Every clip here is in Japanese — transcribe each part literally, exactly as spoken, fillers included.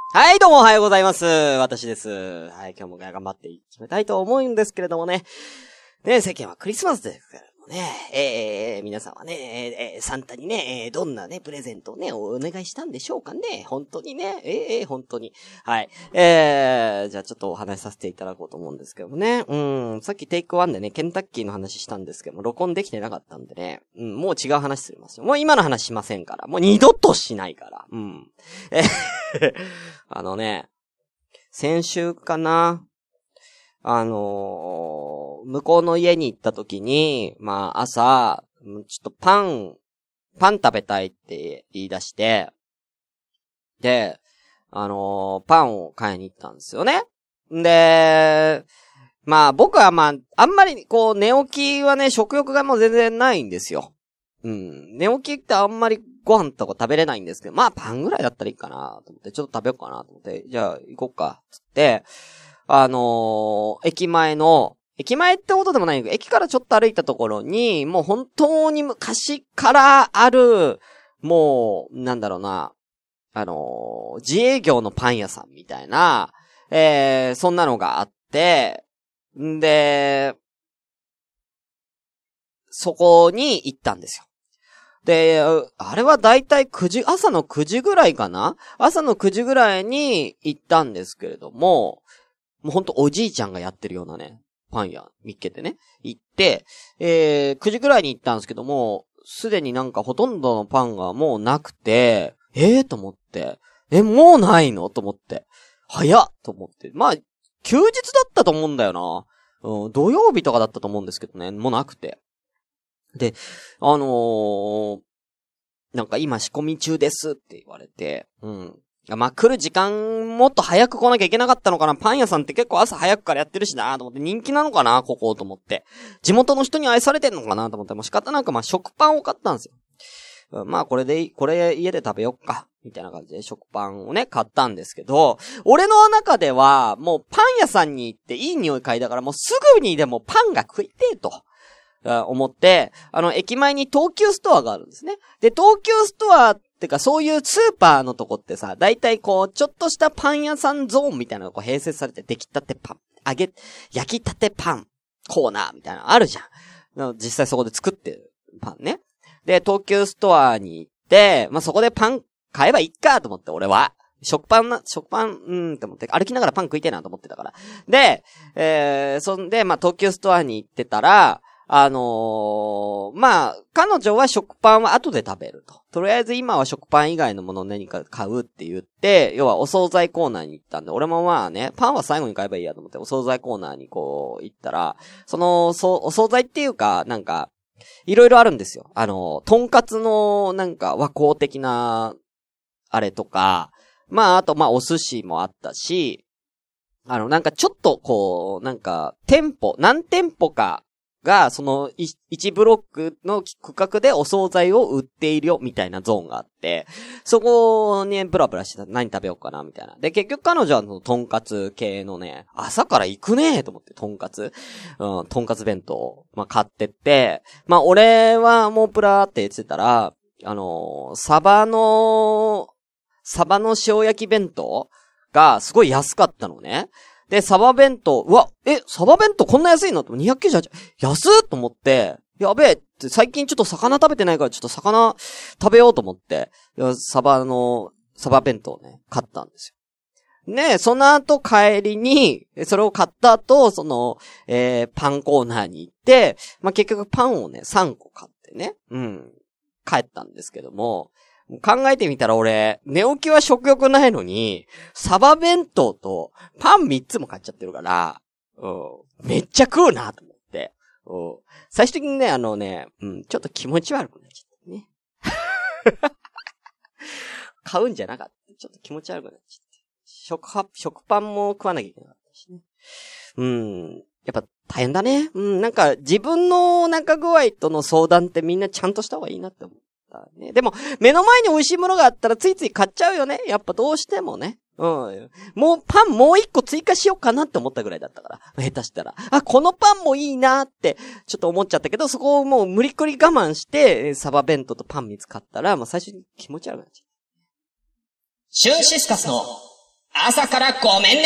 はい、どうもおはようございます。私です。はい、今日も頑張っていきたいと思うんですけれどもね。ね、世間はクリスマスですからもね。えー、皆さんはね、えー、サンタにね、えー、どんなね、プレゼントをね、お願いしたんでしょうかね。本当にね、えー、本当に。はい。えー、じゃあちょっとお話しさせていただこうと思うんですけどもね。うん、さっきテイクワンでね、ケンタッキーの話したんですけども、録音できてなかったんでね。うん、もう違う話するますよ。もう今の話しませんから。もう二度としないから。うん。えあのね、先週かな、あのー、向こうの家に行った時に、まあ朝、ちょっとパン、パン食べたいって言い出して、で、あのー、パンを買いに行ったんですよね。で、まあ僕はまあ、あんまりこう寝起きはね、食欲がもう全然ないんですよ。うん。寝起きってあんまりご飯とか食べれないんですけど、まあパンぐらいだったらいいかなと思って、ちょっと食べようかなと思って、じゃあ行こうか、つって、あのー、駅前の、駅前ってことでもないけど、駅からちょっと歩いたところに、もう本当に昔からある、もう、なんだろうな、あのー、自営業のパン屋さんみたいな、えー、そんなのがあって、んで、そこに行ったんですよ。で、あれはだいたいくじ、朝のくじぐらいかな?朝のくじぐらいに行ったんですけれども、もうほんとおじいちゃんがやってるようなね、パン屋見っけてね、行って、えー、くじぐらいに行ったんですけども、すでになんかほとんどのパンがもうなくて、えーと思って、え、もうないのと思って、早っと思って、まあ、休日だったと思うんだよな。うん、土曜日とかだったと思うんですけどね、もうなくて。で、あのー、なんか今仕込み中ですって言われて、うん。まあ、来る時間もっと早く来なきゃいけなかったのかな。パン屋さんって結構朝早くからやってるしなと思って人気なのかなここと思って。地元の人に愛されてんのかなと思って、もう仕方なくまあ食パンを買ったんですよ。まあこれで、これ家で食べよっか。みたいな感じで食パンをね、買ったんですけど、俺の中ではもうパン屋さんに行っていい匂い嗅いだからもうすぐにでもパンが食いてえと。思って、あの、駅前に東急ストアがあるんですね。で、東急ストアってか、そういうスーパーのとこってさ、だいたいこう、ちょっとしたパン屋さんゾーンみたいなのがこう併設されて、出来たてパン、揚げ、焼きたてパン、コーナーみたいなのあるじゃん。実際そこで作ってるパンね。で、東急ストアに行って、まあ、そこでパン買えばいいかと思って、俺は。食パンな、食パン、うーんって思って、歩きながらパン食いてえなと思ってたから。で、えー、そんで、まあ、東急ストアに行ってたら、あのー、まあ、彼女は食パンは後で食べると。とりあえず今は食パン以外のものを何か買うって言って、要はお惣菜コーナーに行ったんで、俺もまあね、パンは最後に買えばいいやと思って、お惣菜コーナーにこう行ったら、その、そ、お惣菜っていうか、なんか、いろいろあるんですよ。あの、とんかつのなんか和光的な、あれとか、まあ、あとまあお寿司もあったし、あの、なんかちょっとこう、なんか、店舗、何店舗か、が、その、いちブロックの区画でお惣菜を売っているよ、みたいなゾーンがあって、そこにブラブラしてた。何食べようかな、みたいな。で、結局彼女はその、とんかつ系のね、朝から行くねーと思って、とんかつ。うん、とんかつ弁当を、まあ、買ってって、まあ、俺はもうプラーって言ってたら、あのー、サバの、サバの塩焼き弁当がすごい安かったのね。で、サバ弁当、うわ、え、サバ弁当こんな安いのってにひゃくきゅうじゅうはちえん。安っと思って、やべえって、最近ちょっと魚食べてないからちょっと魚食べようと思って、サバの、サバ弁当をね、買ったんですよ。ね、その後帰りに、それを買った後、その、えー、パンコーナーに行って、まあ、結局パンをね、さんこ買ってね、うん、帰ったんですけども、考えてみたら俺、寝起きは食欲ないのに、サバ弁当とパンみっつも買っちゃってるから、うん、めっちゃ食うなと思って、うん、最終的にね、あのね、うん、ちょっと気持ち悪くなっちゃったね。買うんじゃなかった。ちょっと気持ち悪くなっちゃって。食は、食パンも食わなきゃいけなかったしね。うん、やっぱ大変だね。うん、なんか自分の中具合との相談ってみんなちゃんとした方がいいなって思う。ね、でも、目の前に美味しいものがあったらついつい買っちゃうよね。やっぱどうしてもね。うん。もうパンもう一個追加しようかなって思ったぐらいだったから。下手したら。あ、このパンもいいなって、ちょっと思っちゃったけど、そこをもう無理くり我慢して、サバ弁当とパン見つかったら、もう最初に気持ち悪くなっちゃう。 シュンシスカスの朝からごめんね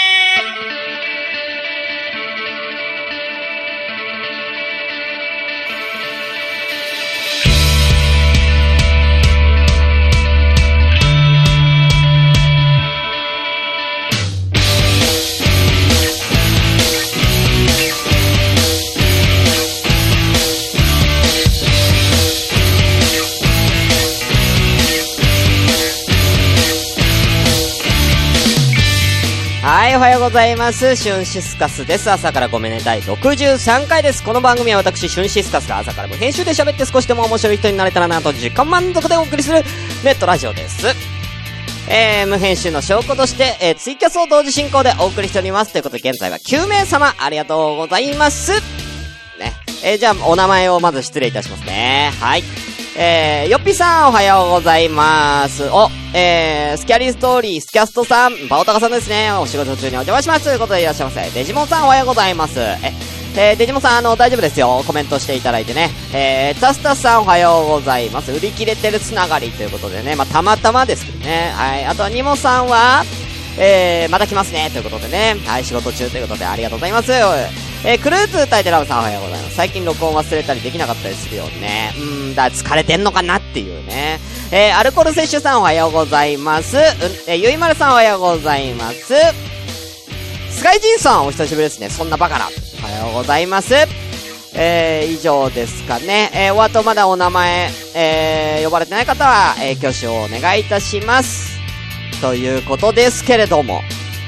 はい、おはようございます。シュンシスカスです。朝からごめんねだいろくじゅうさんかいです。この番組は私、シュンシスカスが朝から無編集で喋って少しでも面白い人になれたらなと時間満足でお送りするネットラジオです。えー、無編集の証拠として、えー、ツイキャスを同時進行でお送りしております。ということで現在はきゅうめいさまありがとうございます。ね。えー、じゃあお名前をまず失礼いたしますね。はい。えー、よっぴさんおはようございます。お、えー、スキャリーストーリー、スキャストさん、バオタカさんですね。お仕事中にお邪魔します。ということでいらっしゃいませ。デジモンさんおはようございます。え、えー、デジモンさんあの、大丈夫ですよ。コメントしていただいてね。えー、タスタスさんおはようございます。売り切れてるつながりということでね。まあ、たまたまですけどね。はい。あとはニモさんは、えー、また来ますね。ということでね。はい、仕事中ということでありがとうございます。えー、クルーズタイテラブさんおはようございます。最近録音忘れたりできなかったりするよね。うーん、だ疲れてんのかなっていうね。えー、アルコール摂取さんおはようございます。うん、えー、ゆいまるさんおはようございます。スカイジンさんお久しぶりですね。そんなバカな。おはようございます。えー、以上ですかね。えー、お後まだお名前、えー、呼ばれてない方は、えー、挙手をお願いいたします。ということですけれども。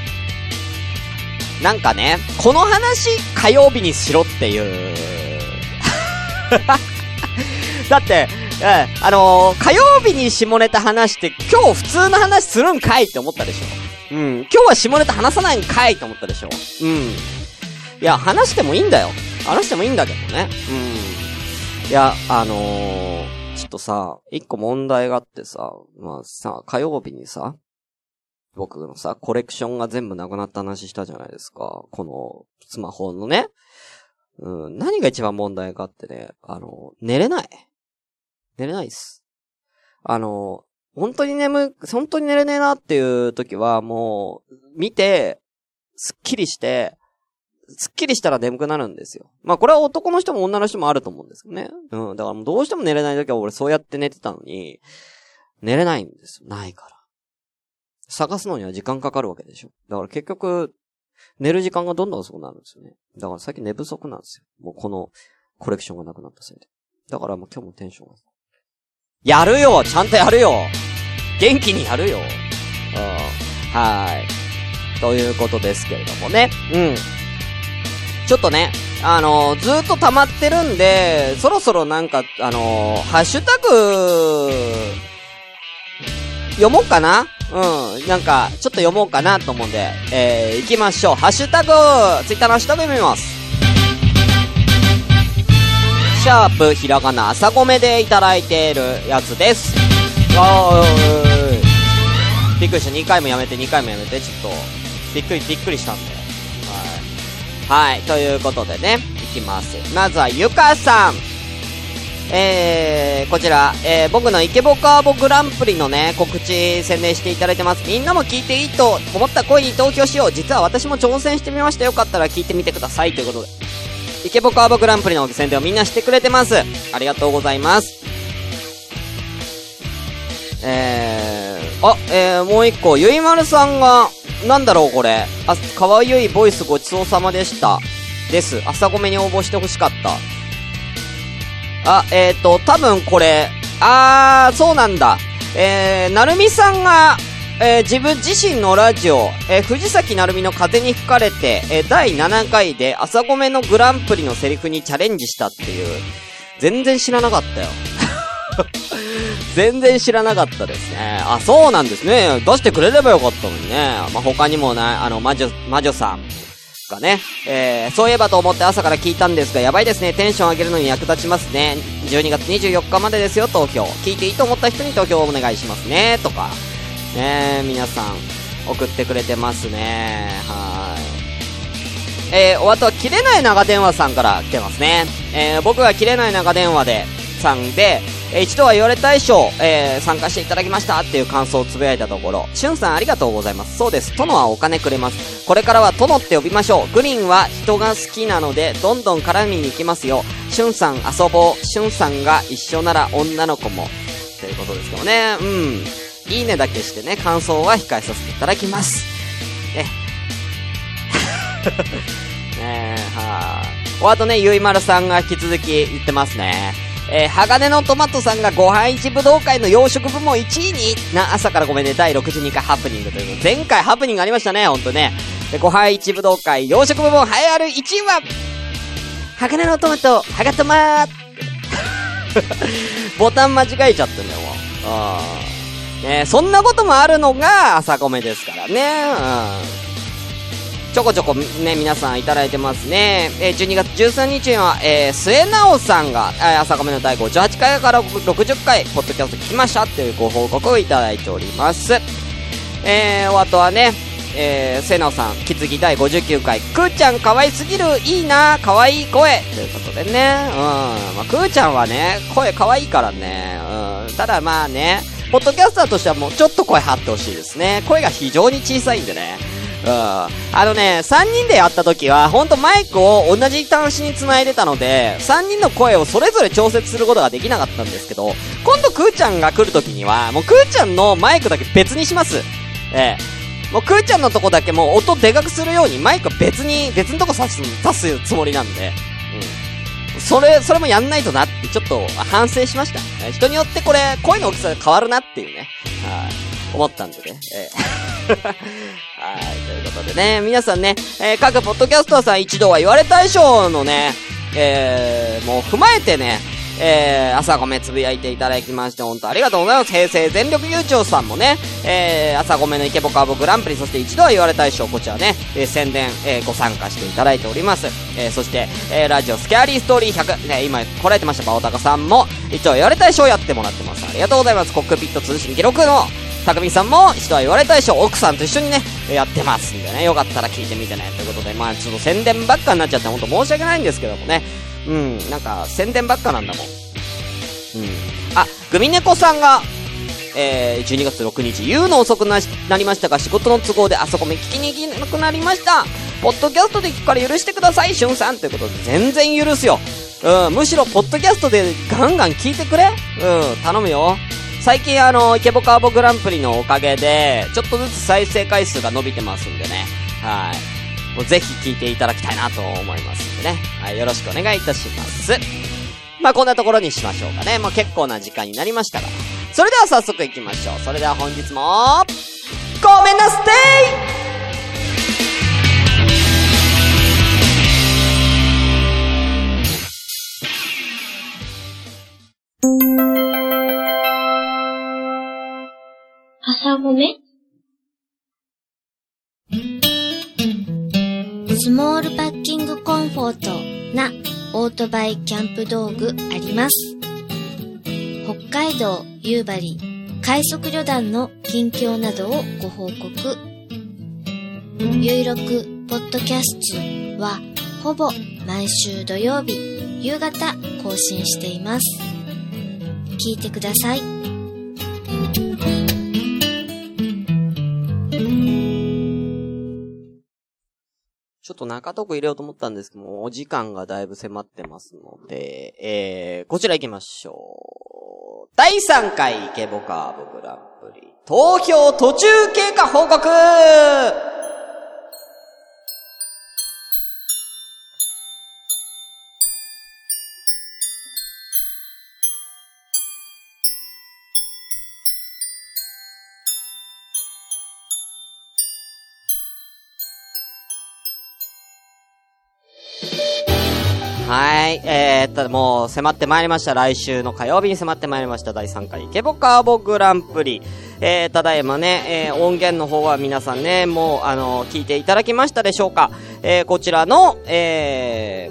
なんかね、この話火曜日にしろっていう。だって、えあのー、火曜日に下ネタ話して今日普通の話するんかいって思ったでしょ。うん。今日は下ネタ話さないんかいって思ったでしょ。うん。いや、話してもいいんだよ。話してもいいんだけどね。うん。いや、あのー、ちょっとさ、一個問題があってさ、まあさ、火曜日にさ、僕のさ、コレクションが全部なくなった話したじゃないですか。この、スマホのね。うん、何が一番問題かってね、あの、寝れない。寝れないっす。あの、本当に眠、本当に寝れねえなっていう時は、もう、見て、すっきりして、すっきりしたら眠くなるんですよ。まあこれは男の人も女の人もあると思うんですよね。うん、だからもうどうしても寝れない時は俺そうやって寝てたのに、寝れないんですよ。ないから。探すのには時間かかるわけでしょ。だから結局、寝る時間がどんどん遅くなるんですよね。だから最近寝不足なんですよ。もうこのコレクションがなくなったせいで。だからもう今日もテンションが。やるよちゃんとやるよ元気にやるようん。はーい。ということですけれどもね。うん。ちょっとね、あのー、ずーっと溜まってるんで、そろそろなんか、あのー、ハッシュタグ、読もうかなうん。なんか、ちょっと読もうかなと思うんで、えー、行きましょう。ハッシュタグ、ツイッターのハッシュタグ読みます。シャープ、ひらがな、朝ごめでいただいているやつです。あー、びっくりした。にかいもやめて、にかいもやめて、ちょっと、びっくり、びっくりしたんで。はい。はい。ということでね、いきます。まずは、ゆかさん。えー、こちら、えー、僕のイケボカーボグランプリのね、告知宣伝していただいてます。みんなも聞いていいと思った声に投票しよう。実は私も挑戦してみました。よかったら聞いてみてください。ということで。イケボカーボグランプリの宣伝をみんなしてくれてます。ありがとうございます。えー、あ、えー、もう一個、ゆいまるさんが、なんだろうこれ。あ、かわゆいボイスごちそうさまでした。です。朝ごめに応募してほしかった。あ、えーと、多分これ、あー、そうなんだ。えー、なるみさんが、えー、自分自身のラジオ、えー、藤崎なるみの風に吹かれて、えー、だいななかいで朝ごめのグランプリのセリフにチャレンジしたっていう、全然知らなかったよ。全然知らなかったですね。あ、そうなんですね。出してくれればよかったのにね。まあ、他にもな、あの、魔女、魔女さん。がね、えー、そういえばと思って朝から聞いたんですが、やばいですね。テンション上げるのに役立ちますね。じゅうにがつにじゅうよっかまでですよ、投票。聞いていいと思った人に投票をお願いしますね、とか。ね、皆さん、送ってくれてますね。はーい。えー、お後は切れない長電話さんから来てますね。えー、僕が切れない長電話で、さんで、 えー、一度は言われたい賞、えー、参加していただきましたっていう感想をつぶやいたところ、しゅんさんありがとうございます。そうです。殿はお金くれます。これからは殿って呼びましょう。グリーンは人が好きなので、どんどん絡みに行きますよ。しゅんさん遊ぼう。しゅんさんが一緒なら女の子も。ということですけどね。うん。いいねだけしてね、感想は控えさせていただきます。ね。ねえ、はぁ。おあとね、ゆいまるさんが引き続き言ってますね。えー、鋼のトマトさんがごはいいち武道会の洋食部門いちいにな、朝からごめんね、だいろくじゅうにかいハプニングということで、前回ハプニングありましたね、ほんとね。で、ごはいいち武道会洋食部門栄えあるいちいは、鋼のトマト、はがとまーボタン間違えちゃったんだよ、もう。あー。ね、そんなこともあるのが朝米ですからね。うん。ちょこちょこね、皆さんいただいてますね。えー、じゅうにがつじゅうさんにちには、えー、末直さんが、えー、朝米のだいごじゅうはちかいからろくじゅっかい、ポッドキャスト聞きましたっていうご報告をいただいております。えー、お後はね、えー、末直さん、きつぎだいごじゅうきゅうかい、くーちゃん可愛すぎる、いいな、可愛い声、ということでね、うん、まあ、くーちゃんはね、声可愛いからね、うん、ただまあね、ポッドキャスターとしてはもうちょっと声張ってほしいですね。声が非常に小さいんでね。うん。あのね、さんにんでやった時は、ほんとマイクを同じ端子に繋いでたので、さんにんの声をそれぞれ調節することができなかったんですけど、今度くーちゃんが来る時には、もうくーちゃんのマイクだけ別にします。ええ。もうくーちゃんのとこだけもう音でかくするようにマイク別に、別のとこ刺す、刺すつもりなんで、うん。それ、それもやんないとなってちょっと反省しました。人によってこれ、声の大きさが変わるなっていうね。はい。思ったんでね。ええはい、ということでね、皆さんね、えー、各ポッドキャスターさん一度は言われたい賞のね、えー、もう踏まえてね、えー、朝ごめつぶやいていただきまして、本当ありがとうございます。平成全力優勝さんもね、えー、朝ごめのイケボカーボグランプリ、そして一度は言われたい賞、こちらね、えー、宣伝、えー、ご参加していただいております。えー、そして、えー、ラジオスキャーリーストーリーひゃく、ね、今来られてました、バオタカさんも、一度は言われたい賞やってもらってます。ありがとうございます。コックピット通信記録の、たくみさんも一度は言われたい賞、奥さんと一緒にね、やってますんでね、よかったら聞いてみてね、ということで、まあちょっと宣伝ばっかになっちゃって、ほんと申し訳ないんですけどもね、うん、なんか宣伝ばっかなんだもん。うん。あ、グミネコさんが、えー、じゅうにがつろくにち、言うの遅くなりましたが、仕事の都合であそこめ聞きに行けなくなりました。ポッドキャストで聞くから許してください、しゅんさん。ということで、全然許すよ。うん、むしろ、ポッドキャストでガンガン聞いてくれ。うん、頼むよ。最近あの、イケボカーボグランプリのおかげで、ちょっとずつ再生回数が伸びてますんでね。はい。もうぜひ聞いていただきたいなと思いますんでね。はい、よろしくお願いいたします。まあ、こんなところにしましょうかね。もう結構な時間になりましたから。それでは早速行きましょう。それでは本日も、ごめんなステイ朝ごめスモールパッキングコンフォートなオートバイキャンプ道具あります。北海道夕張快速旅団の近況などをご報告。ゆいろくポッドキャストはほぼ毎週土曜日夕方更新しています。聞いてください。 ちょっと中トーク入れようと思ったんですけども、お時間がだいぶ迫ってますので、えー、こちら行きましょう。だいさんかいイケボカーボグランプリ、投票途中経過報告。はい。えー、っと、もう迫ってまいりました。来週の火曜日に迫ってまいりました。だいさんかいイケボカーボグランプリ。えー、ただいまね、えー、音源の方は皆さんね、もう、あの、聞いていただきましたでしょうか。えー、こちらの、え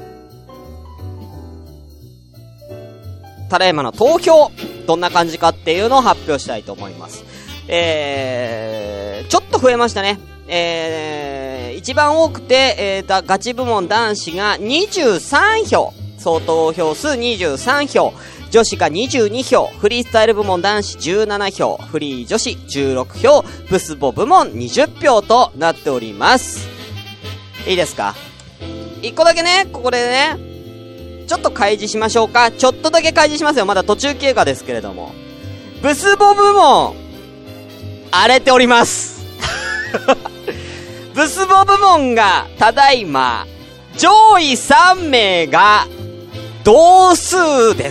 ー、ただいまの投票、どんな感じかっていうのを発表したいと思います。えー、ちょっと増えましたね。えー、一番多くて、えー、ガチ部門男子がにじゅうさんひょう、総投票数にじゅうさんひょう、 女子がにじゅうにひょう、フリースタイル部門男子じゅうななひょう、フリー女子じゅうろくひょう、ブスボ部門にじゅっぴょうとなっております。いいですか？一個だけね、ここでね、ちょっと開示しましょうか。ちょっとだけ開示しますよ。まだ途中経過ですけれども。ブスボ部門、荒れております。ブスボ部門が、ただいま、上位さんめいが、同数です。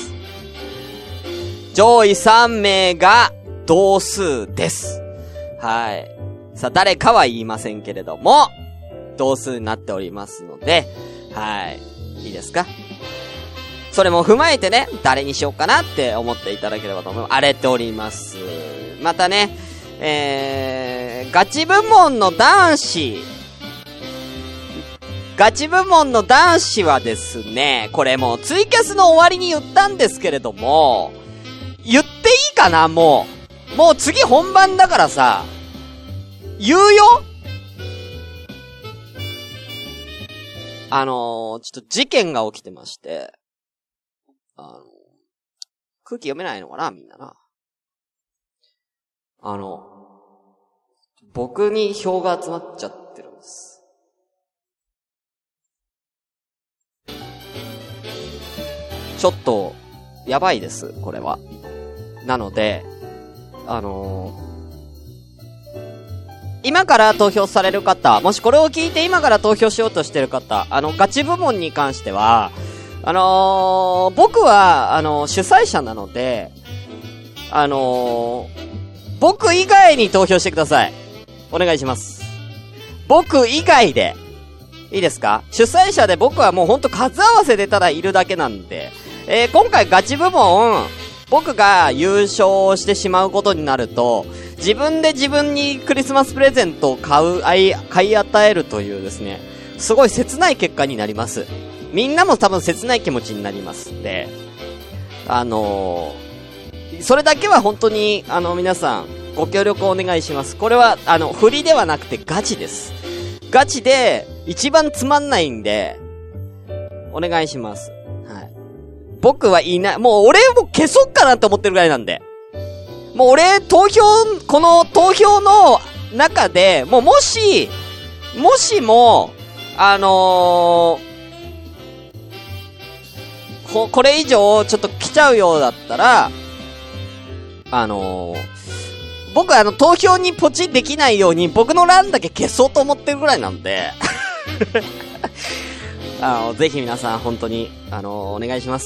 上位さんめいが、同数です。はい。さあ、誰かは言いませんけれども、同数になっておりますので、はい。いいですか？それも踏まえてね、誰にしようかなって思っていただければと思います。荒れております。またね、えー、ガチ部門の男子、ガチ部門の男子はですね、これもうツイキャスの終わりに言ったんですけれども、言っていいかな、もう。もう次本番だからさ、言うよ？あのー、ちょっと事件が起きてまして、あの、空気読めないのかな、みんなな。あの、僕に票が集まっちゃってるんです。ちょっと、やばいです、これは。なので、あのー、今から投票される方、もしこれを聞いて今から投票しようとしてる方、あの、ガチ部門に関しては、あのー、僕は、あのー、主催者なので、あのー、僕以外に投票してください。お願いします。僕以外で。いいですか？主催者で僕はもうほんと数合わせでただいるだけなんで、えー、今回ガチ部門、僕が優勝してしまうことになると、自分で自分にクリスマスプレゼントを買う、買い与えるというですね、すごい切ない結果になります。みんなも多分切ない気持ちになりますんで、あのー、それだけは本当に、あの、皆さん、ご協力をお願いします。これは、あの、振りではなくてガチです。ガチで、一番つまんないんで、お願いします。はい。僕はいない、もう俺も消そっかなって思ってるぐらいなんで。もう俺、投票、この投票の中で、もうもし、もしも、あのー、こ、これ以上ちょっと来ちゃうようだったら、あのー、僕はあの投票にポチできないように僕の欄だけ消そうと思ってるぐらいなんで、あの、ぜひ皆さん本当に、あのー、お願いします。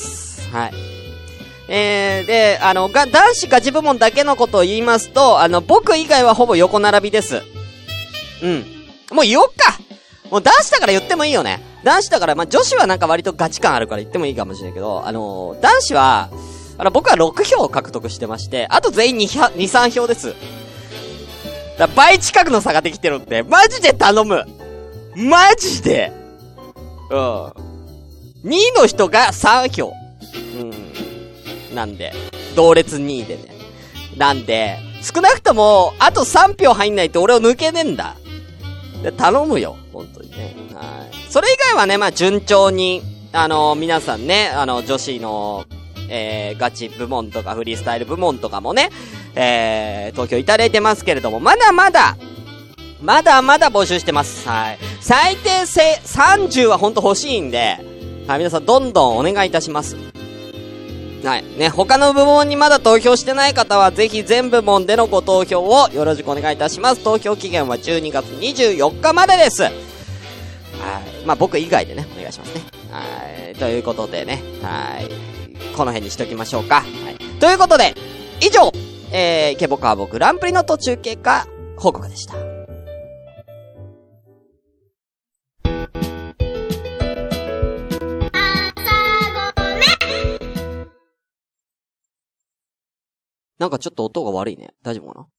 はい。えー、で、あの、が、男子ガチ部門だけのことを言いますと、あの、僕以外はほぼ横並びです。うん。もう言おっか！もう男子だから言ってもいいよね。男子だから、まあ、女子はなんか割とガチ感あるから言ってもいいかもしれないけど、あのー、男子は、あの、僕はろくひょう獲得してまして、あと全員に、に、さんひょうです。だ倍近くの差ができてるんで、マジで頼む！マジで！うん。にいの人がさんひょう。うん。なんで、同列にいでね。なんで、少なくとも、あとさんひょう入んないと俺を抜けねえんだ。で、頼むよ。本当にね。はい。それ以外はね、まあ、順調に、あのー、皆さんね、あの、女子の、えー、ガチ部門とかフリースタイル部門とかもね、えー、投票いただいてますけれども、まだまだ、まだまだ募集してます。はい。最低せ、さんじゅうはほんと欲しいんで、はい、皆さんどんどんお願いいたします。はい。ね、他の部門にまだ投票してない方は、ぜひ全部門でのご投票をよろしくお願いいたします。投票期限はじゅうにがつにじゅうよっかまでです。はい。まあ、僕以外でね、お願いしますね。はい。ということでね、はい。この辺にしときましょうか。はい。ということで、以上、えー、イケボカーボグランプリの途中経過報告でした。なんかちょっと音が悪いね。大丈夫かな？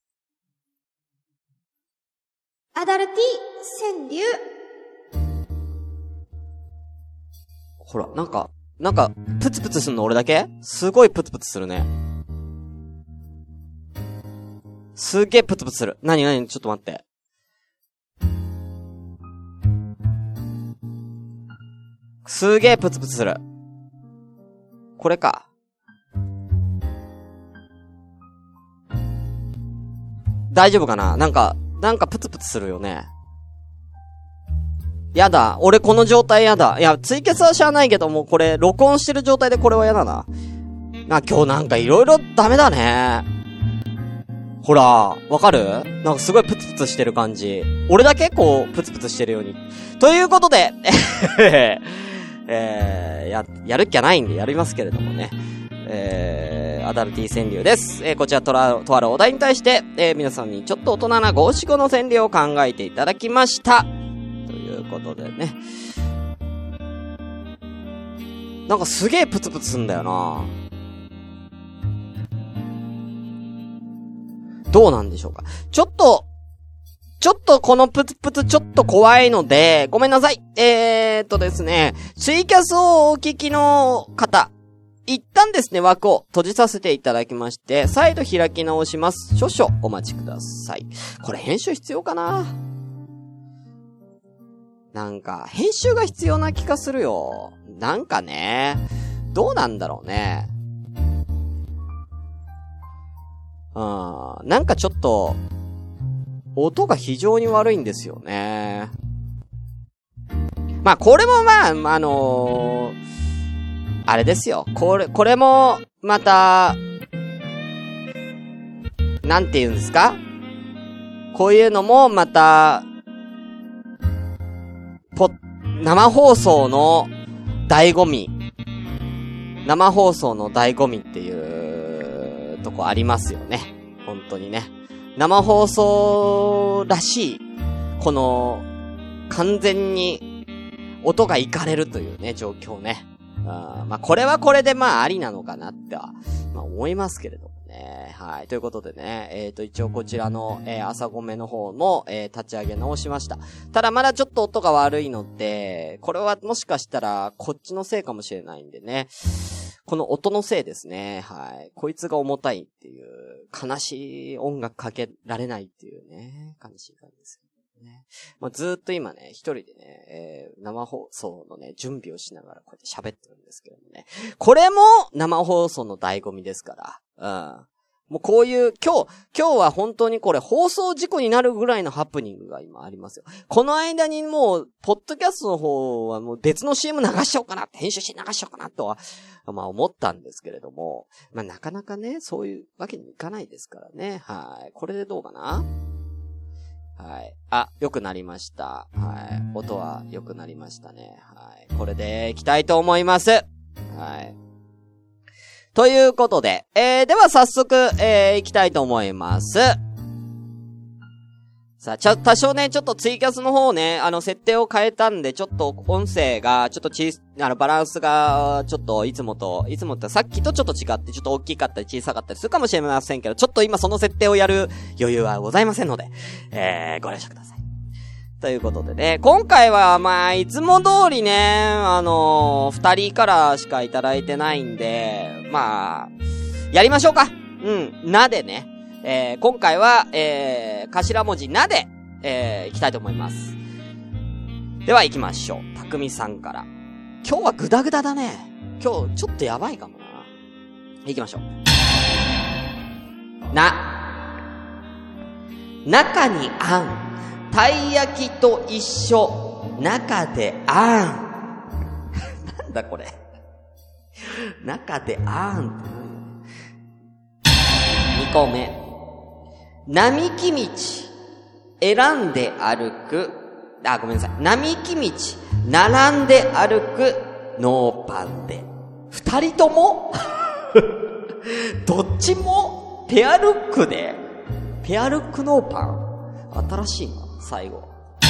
アダルティ川柳。 ほら、なんか、なんか、プツプツすんの俺だけ？すごいプツプツするね。すげえプツプツする。なになに？ちょっと待って。すげえプツプツする。これか。 大丈夫かな？なんか、なんかプツプツするよね。やだ。俺この状態やだ。いや、ツイキャスはしゃあないけども、これ、録音してる状態でこれはやだな。な、今日なんかいろいろダメだね。ほら、わかる？なんかすごいプツプツしてる感じ。俺だけこう、プツプツしてるように。ということで、えー、や、やるっきゃないんでやりますけれどもね。えー、アダルティ川柳です。えー、こちらとら、とあるお題に対して、えー、皆さんにちょっと大人な五七五の川柳を考えていただきました。ということでね。なんかすげープツプツすんだよな。どうなんでしょうか。ちょっと、ちょっとこのプツプツちょっと怖いので、ごめんなさい。えーっとですね、ツイキャスをお聞きの方、一旦ですね、枠を閉じさせていただきまして、再度開き直します。少々お待ちください。これ編集必要かな？なんか、編集が必要な気がするよ。なんかね、どうなんだろうね。うん、なんかちょっと、音が非常に悪いんですよね。まあ、これもまあ、あのー、あれですよ。これ、これも、また、なんて言うんですか？こういうのもまた、ポ、生放送の醍醐味。生放送の醍醐味っていうとこありますよね。本当にね。生放送らしい、この、完全に音がいかれるというね、状況ね。あまあ、これはこれでまあ、ありなのかなっては、まあ、思いますけれどもね。はい。ということでね、えっと、一応こちらの、えー、朝ごめの方も、えー、立ち上げ直しました。ただまだちょっと音が悪いので、これはもしかしたら、こっちのせいかもしれないんでね。この音のせいですね。はい。こいつが重たいっていう、悲しい音楽かけられないっていうね、悲しい感じですよね。まあ、ずーっと今ね、一人でね、えー、生放送のね、準備をしながらこうやって喋ってるんですけどね。これも生放送の醍醐味ですから。うん。もうこういう、今日、今日は本当にこれ放送事故になるぐらいのハプニングが今ありますよ。この間にもう、ポッドキャストの方はもう別の シーエム 流しようかなって、編集して流しようかなとは、まあ思ったんですけれども、まあなかなかね、そういうわけにいかないですからね。はい。これでどうかな？はい。あ、良くなりました。はい。音は良くなりましたね。はい。これでいきたいと思います。はい。ということで、えー、では早速、えー、行きたいと思います。さあ、ちょ、多少ね、ちょっとツイキャスの方ね、あの、設定を変えたんで、ちょっと音声が、ちょっとち、あの、バランスが、ちょっといつもと、いつもとさっきとちょっと違って、ちょっと大きかったり小さかったりするかもしれませんけど、ちょっと今その設定をやる余裕はございませんので、えー、ご了承ください。ということでね、今回はまあ、いつも通りね、あのー、二人からしかいただいてないんで、まあ、やりましょうか。うん、なでね。えー、今回は、えー、頭文字なで、えー、いきたいと思います。では行きましょう。たくみさんから。今日はグダグダだね。今日ちょっとやばいかもな。行きましょう。な。中にあん。たい焼きと一緒。中であん。なんだこれ。中であんって何？にこめ。並木道。選んで歩く。あ、ごめんなさい。並木道。並んで歩く。ノーパンで。二人ともどっちもペアルックで。ペアルックノーパン。新しいな。最後。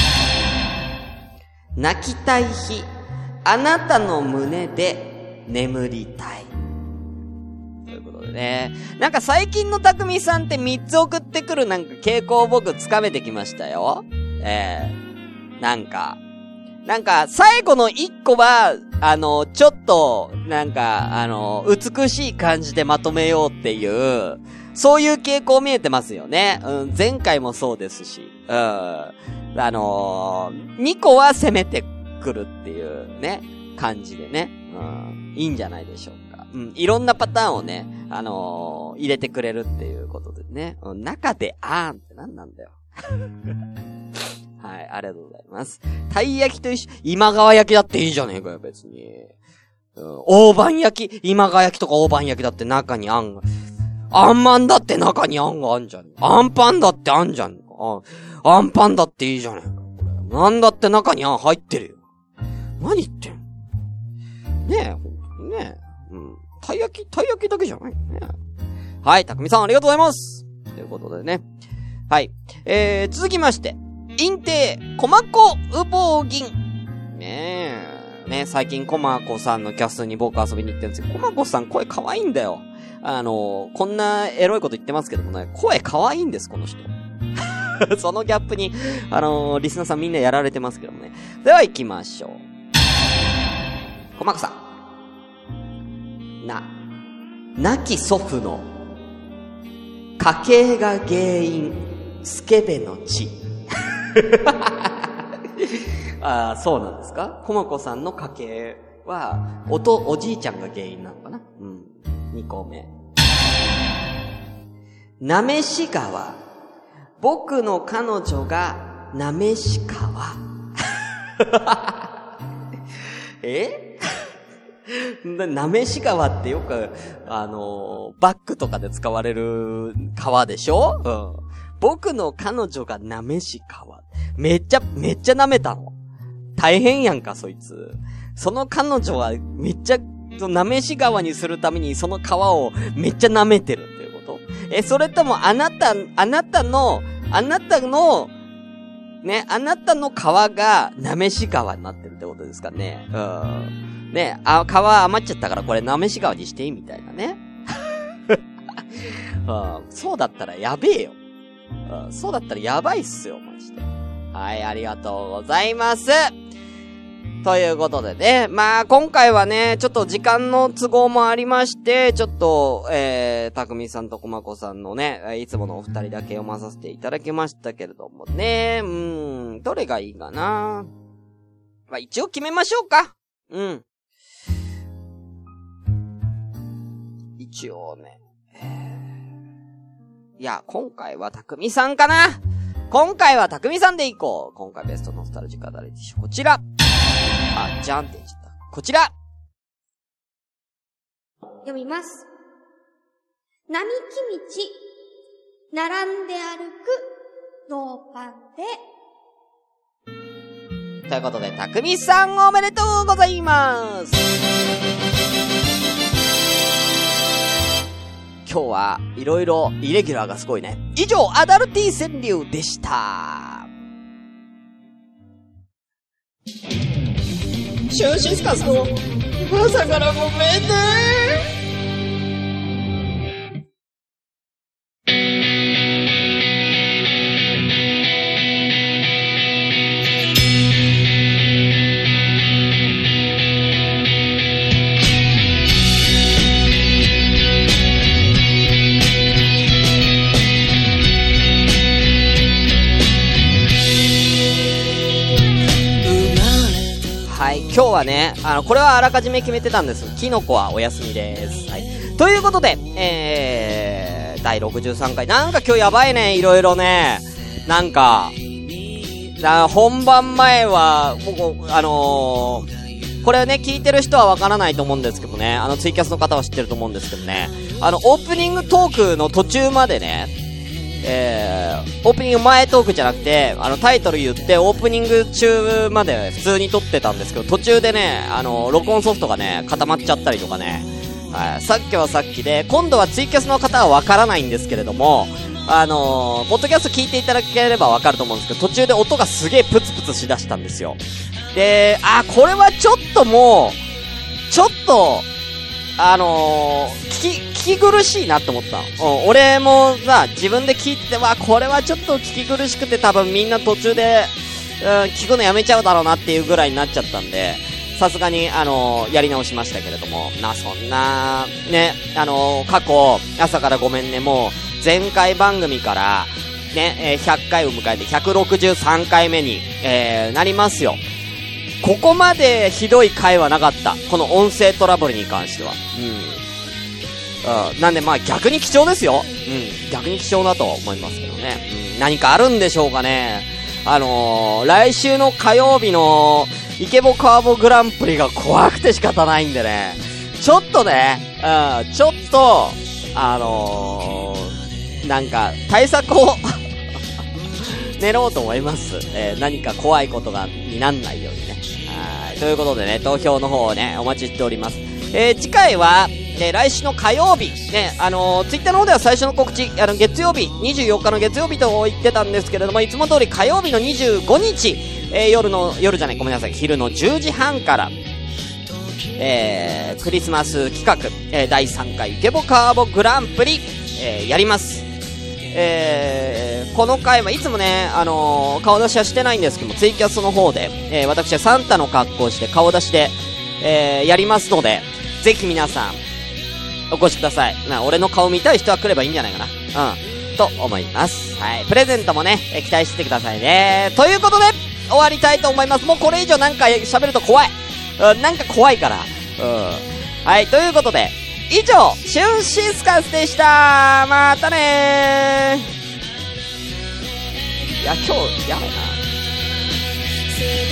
泣きたい日、あなたの胸で眠りたい。ということでね。なんか最近のたくみさんってみっつ送ってくるなんか傾向を僕つかめてきましたよ。えー、なんか、なんか最後のいっこは、あの、ちょっと、なんか、あの、美しい感じでまとめようっていう、そういう傾向見えてますよね。うん、前回もそうですし。うん。あのー、にこは攻めてくるっていうね、感じでね。うん。いいんじゃないでしょうか。 うん、いろんなパターンをね、あのー、入れてくれるっていうことでね。うん、中であーんって何なんだよ。はい、ありがとうございます。たい焼きと一緒、今川焼きだっていいじゃねえかよ、別に。うん、大判焼き、今川焼きとか大判焼きだって中にあんが、あんまんだって中にあんがあんじゃん。あんパンだってあんじゃん。あ、あんパンだっていいじゃねえか。なんだって中にあん入ってるよ。何言ってんねえ、ほんとにね。うん。たい焼き、たい焼きだけじゃないよね。はい、たくみさんありがとうございます。ということでね。はい。えー、続きまして。陰帝、コマコウボウギン。ねえ。ね、最近コマコさんのキャストに僕遊びに行ってるんですけど、コマコさん声可愛いんだよ。あのー、こんなエロいこと言ってますけどもね、声可愛いんです、この人。そのギャップに、あのー、リスナーさんみんなやられてますけどもね。では行きましょう。コマコさん。な、亡き祖父の家系が原因、スケベの血。ああ、そうなんですか？コマコさんの家系は、おと、おじいちゃんが原因なのかな？うん。二個目。なめし川。僕の彼女がなめし川。えなめし川ってよく、あのー、バッグとかで使われる川でしょ？うん。僕の彼女がなめし川。めっちゃ、めっちゃ舐めたの。大変やんか、そいつ。その彼女はめっちゃ、なめし川にするためにその川をめっちゃ舐めてるっていうこと？え、それともあなた、あなたの、あなたの、ね、あなたの川がなめし川になってるってことですかね。うん。ね、あ、川余っちゃったからこれなめし川にしていいみたいなね。うん、そうだったらやべえよ。うん、そうだったらやばいっすよ、マジで。はい、ありがとうございます。ということでね、まあ今回はね、ちょっと時間の都合もありまして、ちょっと、えー、たくみさんとこまこさんのね、いつものお二人だけ読まさせていただきましたけれどもね、うーん、どれがいいかな。まあ一応決めましょうか。うん。一応ね、えー、いや、今回はたくみさんかな。今回はたくみさんでいこう。今回ベストノスタルジカダレティショ、こちら。あ、じゃんって言っちゃった。こちら読みます。並木道、並んで歩く、ノーパンで。 ということで、たくみさんおめでとうございます。今日はいろいろイレギュラーがすごいね。以上、アダルティ川柳でした。シュンシスカスの朝からごめんね。今日はね、あの、これはあらかじめ決めてたんです。キノコはお休みです。はい。ということで、えー、だいろくじゅうさんかい。なんか今日やばいね、いろいろね。なんか、だ本番前は、僕、あのー、これね、聞いてる人はわからないと思うんですけどね。あの、ツイキャスの方は知ってると思うんですけどね。あの、オープニングトークの途中までね、えー、オープニング前トークじゃなくて、あのタイトル言ってオープニング中まで普通に撮ってたんですけど、途中でね、あの、録音ソフトがね、固まっちゃったりとかね、はい、さっきはさっきで、今度はツイキャスの方はわからないんですけれども、あのー、ポッドキャスト聞いていただければわかると思うんですけど、途中で音がすげえプツプツしだしたんですよ。で、あ、これはちょっともう、ちょっと、あのー、聞き、聞き苦しいなって思ったの。うん、俺もさ、自分で聞いては、これはちょっと聞き苦しくて多分みんな途中で、うん、聞くのやめちゃうだろうなっていうぐらいになっちゃったんで、さすがに、あのー、やり直しましたけれども、な、そんな、ね、あのー、過去、朝からごめんね、もう、前回番組から、ね、えー、ひゃっかいを迎えてひゃくろくじゅうさんかいめに、えー、なりますよ。ここまでひどい回はなかった。この音声トラブルに関しては。うん。 うん。なんでまあ逆に貴重ですよ。うん。逆に貴重だと思いますけどね。うん。何かあるんでしょうかね。あのー、来週の火曜日のイケボカーボグランプリが怖くて仕方ないんでね。ちょっとね、うん、ちょっと、あのー、なんか対策を練ろうと思います。えー、何か怖いことがになんないようにね。はい。ということでね、投票の方をね、お待ちしております。えー、次回は、ね、来週の火曜日、ね、あのー、ツイッターの方では最初の告知、あの、月曜日、にじゅうよっかの月曜日と言ってたんですけれども、いつも通り火曜日のにじゅうごにち、えー、夜の、夜じゃない、ごめんなさい、昼のじゅうじはんから、えー、クリスマス企画、えー、だいさんかいイケボカーボグランプリ、えー、やります。えー、この回はいつもね、あのー、顔出しはしてないんですけども、ツイキャスの方で、えー、私はサンタの格好をして顔出しで、えー、やりますので、ぜひ皆さん、お越しください。な、俺の顔見たい人は来ればいいんじゃないかな。うん。と思います。はい。プレゼントもね、えー、期待しててくださいね。ということで、終わりたいと思います。もうこれ以上なんか喋ると怖い。うん、なんか怖いから。うん。はい。ということで、以上、シュンシスカスでした。またねー。いや、今日、やばいな。